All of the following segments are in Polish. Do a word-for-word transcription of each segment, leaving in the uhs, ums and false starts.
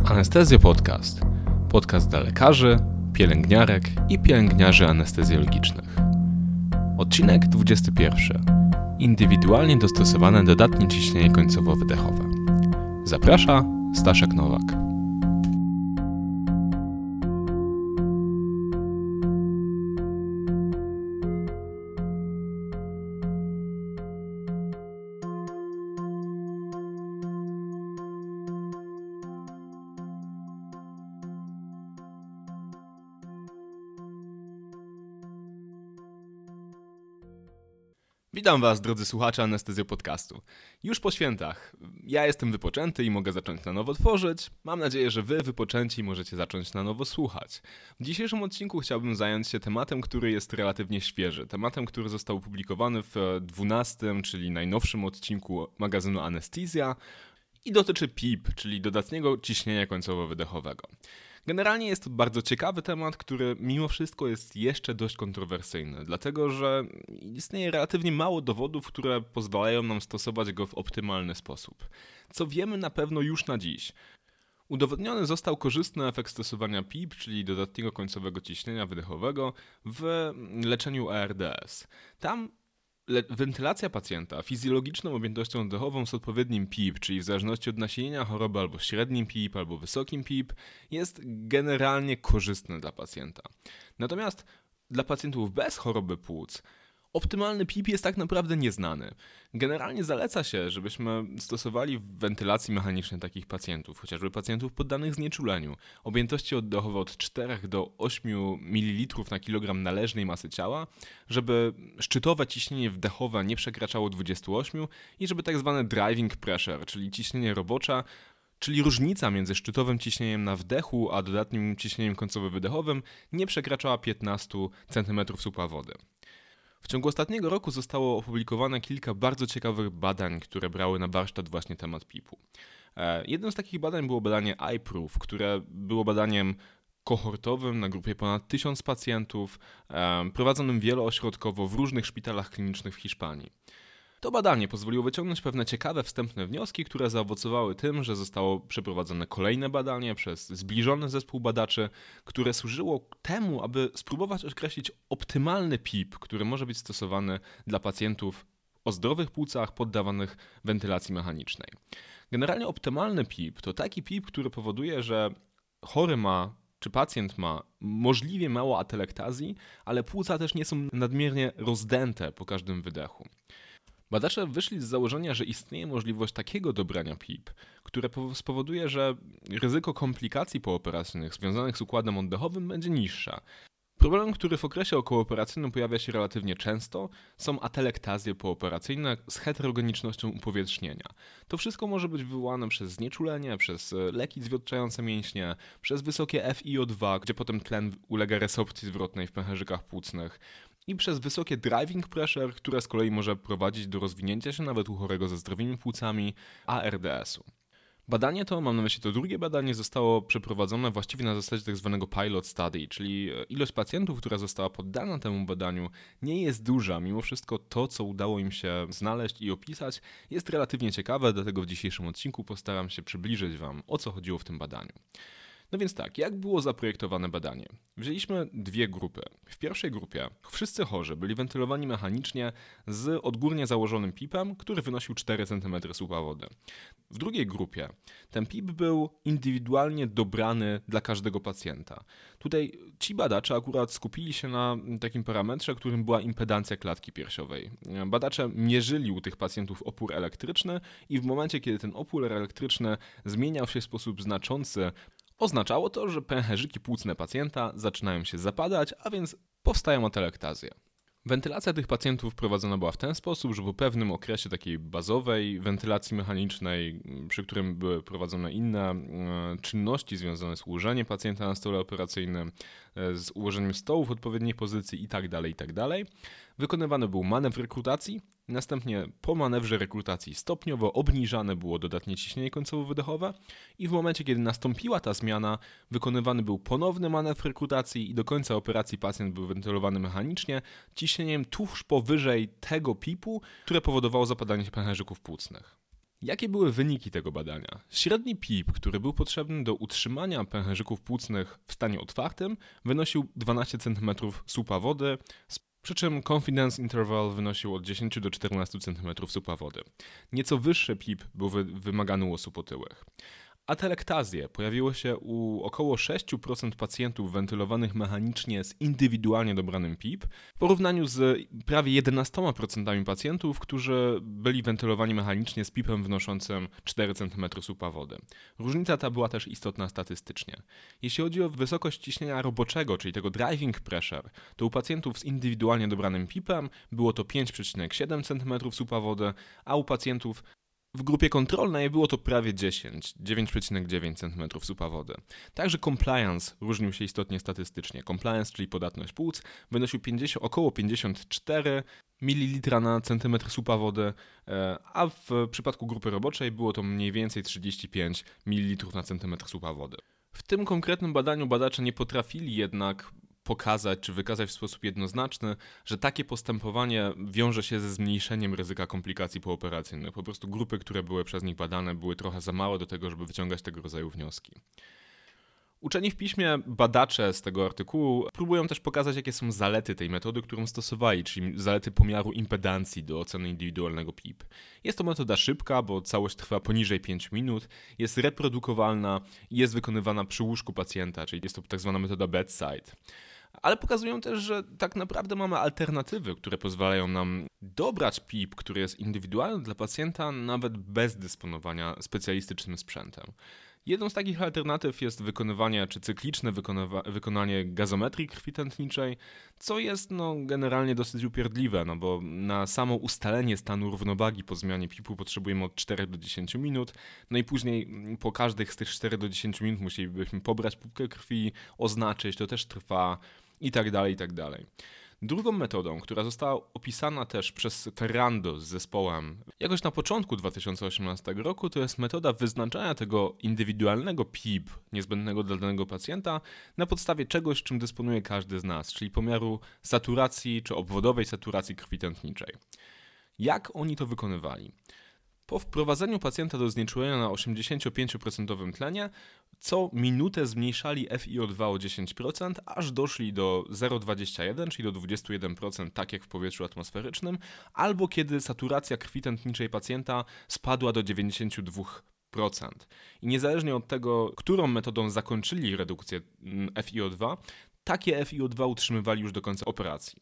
Anestezja Podcast. Podcast dla lekarzy, pielęgniarek i pielęgniarzy anestezjologicznych. Odcinek dwudziesty pierwszy. Indywidualnie dostosowane dodatnie ciśnienie końcowo-wydechowe. Zaprasza Staszek Nowak. Witam Was, drodzy słuchacze Anestezjo Podcastu. Już po świętach. Ja jestem wypoczęty i mogę zacząć na nowo tworzyć. Mam nadzieję, że Wy wypoczęci możecie zacząć na nowo słuchać. W dzisiejszym odcinku chciałbym zająć się tematem, który jest relatywnie świeży. Tematem, który został opublikowany w dwunastym, czyli najnowszym odcinku magazynu Anestezja i dotyczy P I P, czyli dodatniego ciśnienia końcowo-wydechowego. Generalnie jest to bardzo ciekawy temat, który mimo wszystko jest jeszcze dość kontrowersyjny, dlatego że istnieje relatywnie mało dowodów, które pozwalają nam stosować go w optymalny sposób. Co wiemy na pewno już na dziś? Udowodniony został korzystny efekt stosowania P I P, czyli dodatniego końcowego ciśnienia wydechowego w leczeniu A R D S. Tam Le- wentylacja pacjenta fizjologiczną objętością oddechową z odpowiednim P I P, czyli w zależności od nasilienia choroby albo średnim P I P, albo wysokim P I P, jest generalnie korzystne dla pacjenta. Natomiast dla pacjentów bez choroby płuc optymalny P I P jest tak naprawdę nieznany. Generalnie zaleca się, żebyśmy stosowali w wentylacji mechanicznej takich pacjentów, chociażby pacjentów poddanych znieczuleniu, objętości oddechowe od czterech do ośmiu mililitrów na kilogram należnej masy ciała, żeby szczytowe ciśnienie wdechowe nie przekraczało dwudziestu ośmiu i żeby tak zwane driving pressure, czyli ciśnienie robocze, czyli różnica między szczytowym ciśnieniem na wdechu a dodatnim ciśnieniem końcowo-wydechowym nie przekraczała piętnastu centymetrów słupa wody. W ciągu ostatniego roku zostało opublikowane kilka bardzo ciekawych badań, które brały na warsztat właśnie temat P I P-u. Jednym z takich badań było badanie iProof, które było badaniem kohortowym na grupie ponad tysiąc pacjentów, prowadzonym wieloośrodkowo w różnych szpitalach klinicznych w Hiszpanii. To badanie pozwoliło wyciągnąć pewne ciekawe wstępne wnioski, które zaowocowały tym, że zostało przeprowadzone kolejne badanie przez zbliżony zespół badaczy, które służyło temu, aby spróbować określić optymalny P I P, który może być stosowany dla pacjentów o zdrowych płucach poddawanych wentylacji mechanicznej. Generalnie optymalny P I P to taki P I P, który powoduje, że chory ma czy pacjent ma możliwie mało atelektazji, ale płuca też nie są nadmiernie rozdęte po każdym wydechu. Badacze wyszli z założenia, że istnieje możliwość takiego dobrania P I P, które spowoduje, że ryzyko komplikacji pooperacyjnych związanych z układem oddechowym będzie niższe. Problemem, który w okresie okołooperacyjnym pojawia się relatywnie często, są atelektazje pooperacyjne z heterogenicznością upowietrznienia. To wszystko może być wywołane przez znieczulenie, przez leki zwodczające mięśnie, przez wysokie F I O dwa, gdzie potem tlen ulega resorpcji zwrotnej w pęcherzykach płucnych, i przez wysokie driving pressure, które z kolei może prowadzić do rozwinięcia się nawet u chorego ze zdrowymi płucami A R D S-u. Badanie to, mam na myśli to drugie badanie, zostało przeprowadzone właściwie na zasadzie tzw. pilot study, czyli ilość pacjentów, która została poddana temu badaniu, nie jest duża. Mimo wszystko to, co udało im się znaleźć i opisać, jest relatywnie ciekawe, dlatego w dzisiejszym odcinku postaram się przybliżyć Wam, o co chodziło w tym badaniu. No więc tak, jak było zaprojektowane badanie? Wzięliśmy dwie grupy. W pierwszej grupie wszyscy chorzy byli wentylowani mechanicznie z odgórnie założonym P I P-em, który wynosił cztery centymetry słupa wody. W drugiej grupie ten P I P był indywidualnie dobrany dla każdego pacjenta. Tutaj ci badacze akurat skupili się na takim parametrze, którym była impedancja klatki piersiowej. Badacze mierzyli u tych pacjentów opór elektryczny i w momencie, kiedy ten opór elektryczny zmieniał się w sposób znaczący, oznaczało to, że pęcherzyki płucne pacjenta zaczynają się zapadać, a więc powstają atelektazje. Wentylacja tych pacjentów prowadzona była w ten sposób, że po pewnym okresie takiej bazowej wentylacji mechanicznej, przy którym były prowadzone inne czynności związane z ułożeniem pacjenta na stole operacyjnym, z ułożeniem stołu w odpowiedniej pozycji itd., itd., wykonywany był manewr rekrutacji. Następnie po manewrze rekrutacji stopniowo obniżane było dodatnie ciśnienie końcowo-wydechowe i w momencie, kiedy nastąpiła ta zmiana, wykonywany był ponowny manewr rekrutacji i do końca operacji pacjent był wentylowany mechanicznie ciśnieniem tuż powyżej tego P I P-u, które powodowało zapadanie się pęcherzyków płucnych. Jakie były wyniki tego badania? Średni P I P, który był potrzebny do utrzymania pęcherzyków płucnych w stanie otwartym, wynosił dwanaście centymetrów słupa wody, przy czym confidence interval wynosił od dziesięć do czternastu centymetrów słupa wody. Nieco wyższy P I P był wy- wymagany u osób otyłych. Atelektazje pojawiły się u około sześć procent pacjentów wentylowanych mechanicznie z indywidualnie dobranym P I P w porównaniu z prawie jedenastoma procentami pacjentów, którzy byli wentylowani mechanicznie z P I P-em wynoszącym cztery centymetry słupa wody. Różnica ta była też istotna statystycznie. Jeśli chodzi o wysokość ciśnienia roboczego, czyli tego driving pressure, to u pacjentów z indywidualnie dobranym P I P-em było to pięć przecinek siedem centymetrów słupa wody, a u pacjentów w grupie kontrolnej było to prawie dziesięć, dziewięć przecinek dziewięć centymetrów słupa wody. Także compliance różnił się istotnie statystycznie. Compliance, czyli podatność płuc, wynosił pięćdziesiąt, około pięćdziesiąt cztery mililitra na centymetr słupa wody, a w przypadku grupy roboczej było to mniej więcej trzydzieści pięć mililitrów na centymetr słupa wody. W tym konkretnym badaniu badacze nie potrafili jednak pokazać czy wykazać w sposób jednoznaczny, że takie postępowanie wiąże się ze zmniejszeniem ryzyka komplikacji pooperacyjnych. Po prostu grupy, które były przez nich badane, były trochę za małe do tego, żeby wyciągać tego rodzaju wnioski. Uczeni w piśmie badacze z tego artykułu próbują też pokazać, jakie są zalety tej metody, którą stosowali, czyli zalety pomiaru impedancji do oceny indywidualnego P I P. Jest to metoda szybka, bo całość trwa poniżej pięć minut, jest reprodukowalna i jest wykonywana przy łóżku pacjenta, czyli jest to tak zwana metoda bedside. Ale pokazują też, że tak naprawdę mamy alternatywy, które pozwalają nam dobrać P I P, który jest indywidualny dla pacjenta, nawet bez dysponowania specjalistycznym sprzętem. Jedną z takich alternatyw jest wykonywanie, czy cykliczne wykonywa- wykonanie gazometrii krwi tętniczej, co jest no, generalnie dosyć upierdliwe, no bo na samo ustalenie stanu równowagi po zmianie P I P-u potrzebujemy od czterech do dziesięciu minut, no i później po każdych z tych czterech do dziesięciu minut musielibyśmy pobrać próbkę krwi, oznaczyć, to też trwa i tak dalej, i tak dalej. Drugą metodą, która została opisana też przez Ferrando z zespołem jakoś na początku dwa tysiące osiemnastego roku, to jest metoda wyznaczania tego indywidualnego P I P niezbędnego dla danego pacjenta na podstawie czegoś, czym dysponuje każdy z nas, czyli pomiaru saturacji czy obwodowej saturacji krwi tętniczej. Jak oni to wykonywali? Po wprowadzeniu pacjenta do znieczulenia na osiemdziesiąt pięć procent tlenie, co minutę zmniejszali F i O dwa o dziesięć procent, aż doszli do zero przecinek dwadzieścia jeden, czyli do dwadzieścia jeden procent, tak jak w powietrzu atmosferycznym, albo kiedy saturacja krwi tętniczej pacjenta spadła do dziewięćdziesiąt dwa procent. I niezależnie od tego, którą metodą zakończyli redukcję F i O dwa, takie F i O dwa utrzymywali już do końca operacji.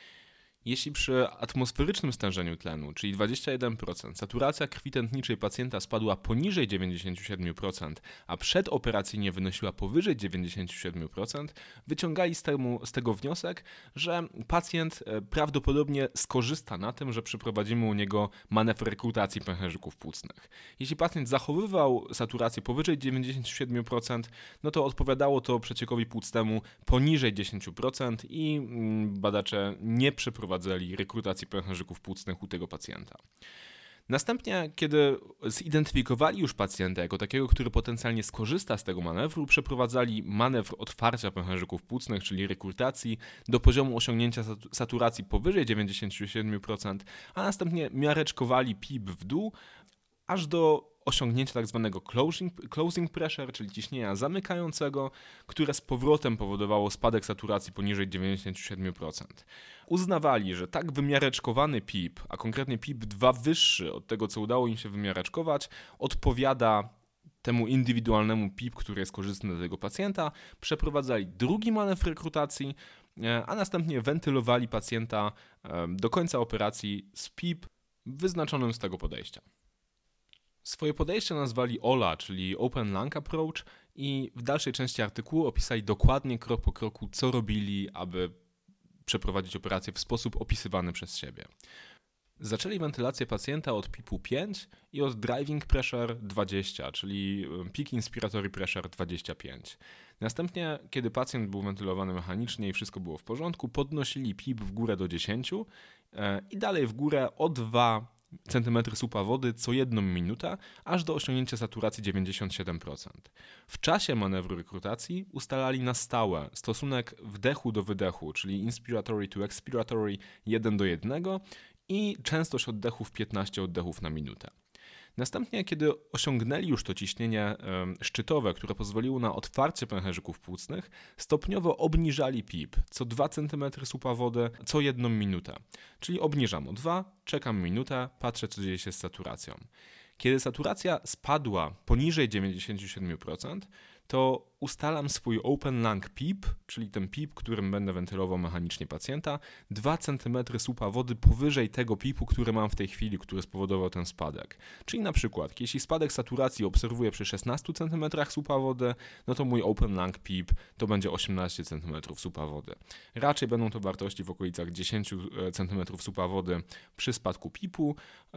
Jeśli przy atmosferycznym stężeniu tlenu, czyli dwadzieścia jeden procent, saturacja krwi tętniczej pacjenta spadła poniżej dziewięćdziesiąt siedem procent, a przedoperacyjnie wynosiła powyżej dziewięćdziesiąt siedem procent, wyciągali z, temu, z tego wniosek, że pacjent prawdopodobnie skorzysta na tym, że przeprowadzimy u niego manewr rekrutacji pęcherzyków płucnych. Jeśli pacjent zachowywał saturację powyżej dziewięćdziesiąt siedem procent, no to odpowiadało to przeciekowi płucnemu poniżej dziesięć procent i badacze nie przeprowadzali rekrutacji pęcherzyków płucnych u tego pacjenta. Następnie, kiedy zidentyfikowali już pacjenta jako takiego, który potencjalnie skorzysta z tego manewru, przeprowadzali manewr otwarcia pęcherzyków płucnych, czyli rekrutacji, do poziomu osiągnięcia saturacji powyżej dziewięćdziesiąt siedem procent, a następnie miareczkowali P I P w dół, aż do osiągnięcia tak zwanego closing, closing pressure, czyli ciśnienia zamykającego, które z powrotem powodowało spadek saturacji poniżej dziewięćdziesiąt siedem procent. Uznawali, że tak wymiareczkowany P I P, a konkretnie P I P dwa wyższy od tego, co udało im się wymiareczkować, odpowiada temu indywidualnemu P I P, który jest korzystny dla tego pacjenta, przeprowadzali drugi manewr rekrutacji, a następnie wentylowali pacjenta do końca operacji z P I P wyznaczonym z tego podejścia. Swoje podejście nazwali O L A, czyli Open Lung Approach, i w dalszej części artykułu opisali dokładnie krok po kroku, co robili, aby przeprowadzić operację w sposób opisywany przez siebie. Zaczęli wentylację pacjenta od P I P-u pięć i od driving pressure dwadzieścia, czyli peak inspiratory pressure dwadzieścia pięć. Następnie, kiedy pacjent był wentylowany mechanicznie i wszystko było w porządku, podnosili P I P w górę do dziesięć i dalej w górę o dwa centymetry słupa wody co jedną minutę, aż do osiągnięcia saturacji dziewięćdziesiąt siedem procent. W czasie manewru rekrutacji ustalali na stałe stosunek wdechu do wydechu, czyli inspiratory to expiratory jeden do jednego i częstość oddechów piętnaście oddechów na minutę. Następnie, kiedy osiągnęli już to ciśnienie y, szczytowe, które pozwoliło na otwarcie pęcherzyków płucnych, stopniowo obniżali P I P co dwa centymetry słupa wody co jedną minutę. Czyli obniżam o dwa, czekam minutę, patrzę co dzieje się z saturacją. Kiedy saturacja spadła poniżej dziewięćdziesiąt siedem procent, to ustalam swój open lung P I P, czyli ten P I P, którym będę wentylował mechanicznie pacjenta, dwa centymetry słupa wody powyżej tego P I P-u, który mam w tej chwili, który spowodował ten spadek. Czyli na przykład, jeśli spadek saturacji obserwuję przy szesnastu centymetrach słupa wody, no to mój open lung P I P to będzie osiemnaście centymetrów słupa wody. Raczej będą to wartości w okolicach dziesięć centymetrów słupa wody przy spadku P I P-u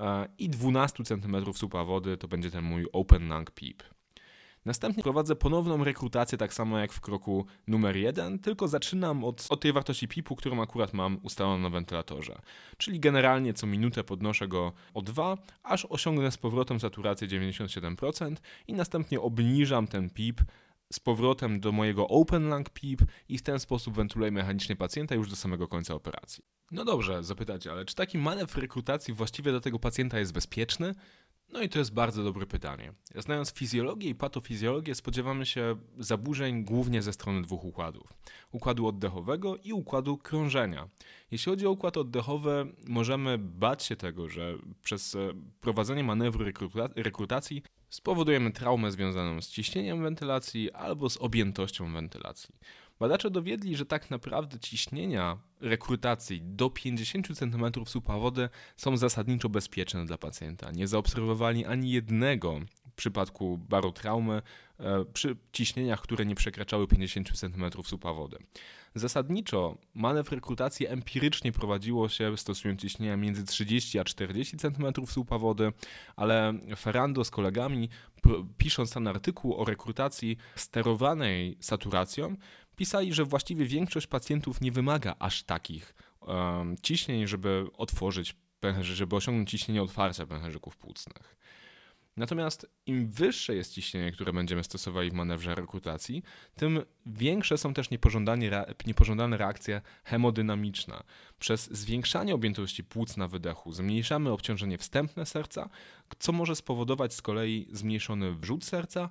i dwanaście centymetrów słupa wody to będzie ten mój open lung P I P. Następnie prowadzę ponowną rekrutację, tak samo jak w kroku numer jeden, tylko zaczynam od, od tej wartości P I P-u, którą akurat mam ustaloną na wentylatorze. Czyli generalnie co minutę podnoszę go o dwa, aż osiągnę z powrotem saturację dziewięćdziesiąt siedem procent i następnie obniżam ten P I P z powrotem do mojego open lung P I P i w ten sposób wentyluję mechanicznie pacjenta już do samego końca operacji. No dobrze, zapytacie, ale czy taki manewr rekrutacji właściwie dla tego pacjenta jest bezpieczny? No i to jest bardzo dobre pytanie. Znając fizjologię i patofizjologię, spodziewamy się zaburzeń głównie ze strony dwóch układów. Układu oddechowego i układu krążenia. Jeśli chodzi o układ oddechowy, możemy bać się tego, że przez prowadzenie manewru rekruta- rekrutacji spowodujemy traumę związaną z ciśnieniem wentylacji albo z objętością wentylacji. Badacze dowiedli, że tak naprawdę ciśnienia rekrutacji do pięćdziesiąt centymetrów słupa wody są zasadniczo bezpieczne dla pacjenta. Nie zaobserwowali ani jednego przypadku barotraumy e, przy ciśnieniach, które nie przekraczały pięćdziesiąt centymetrów słupa wody. Zasadniczo manewr rekrutacji empirycznie prowadziło się stosując ciśnienia między trzydzieści a czterdzieści centymetrów słupa wody, ale Ferrando z kolegami, pr- pisząc ten artykuł o rekrutacji sterowanej saturacją, pisali, że właściwie większość pacjentów nie wymaga aż takich um, ciśnień, żeby otworzyć pęcherzyk, żeby osiągnąć ciśnienie otwarcia pęcherzyków płucnych. Natomiast im wyższe jest ciśnienie, które będziemy stosowali w manewrze rekrutacji, tym większe są też niepożądane, niepożądane reakcje hemodynamiczne. Przez zwiększanie objętości płuc na wydechu zmniejszamy obciążenie wstępne serca, co może spowodować z kolei zmniejszony wrzód serca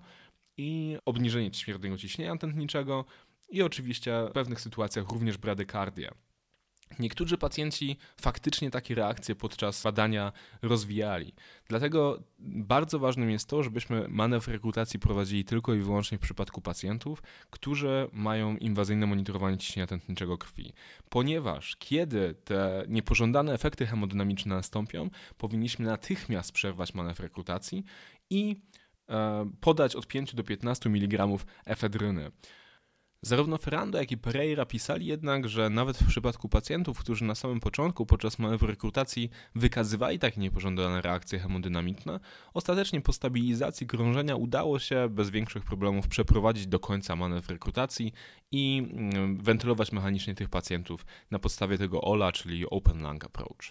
i obniżenie średniego ciśnienia tętniczego i oczywiście w pewnych sytuacjach również bradykardię. Niektórzy pacjenci faktycznie takie reakcje podczas badania rozwijali. Dlatego bardzo ważnym jest to, żebyśmy manewr rekrutacji prowadzili tylko i wyłącznie w przypadku pacjentów, którzy mają inwazyjne monitorowanie ciśnienia tętniczego krwi. Ponieważ kiedy te niepożądane efekty hemodynamiczne nastąpią, powinniśmy natychmiast przerwać manewr rekrutacji i e, podać od pięciu do piętnastu miligramów efedryny. Zarówno Ferrando, jak i Pereira pisali jednak, że nawet w przypadku pacjentów, którzy na samym początku podczas manewru rekrutacji wykazywali takie niepożądane reakcje hemodynamiczne, ostatecznie po stabilizacji krążenia udało się bez większych problemów przeprowadzić do końca manewr rekrutacji i wentylować mechanicznie tych pacjentów na podstawie tego O L A, czyli Open Lung Approach.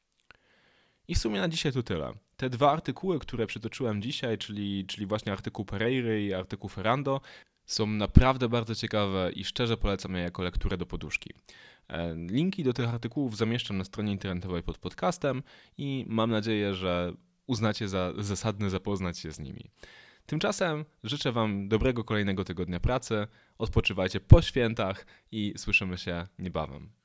I w sumie na dzisiaj to tyle. Te dwa artykuły, które przytoczyłem dzisiaj, czyli, czyli właśnie artykuł Pereiry i artykuł Ferrando, są naprawdę bardzo ciekawe i szczerze polecam je jako lekturę do poduszki. Linki do tych artykułów zamieszczam na stronie internetowej pod podcastem i mam nadzieję, że uznacie za zasadne zapoznać się z nimi. Tymczasem życzę Wam dobrego kolejnego tygodnia pracy, odpoczywajcie po świętach i słyszymy się niebawem.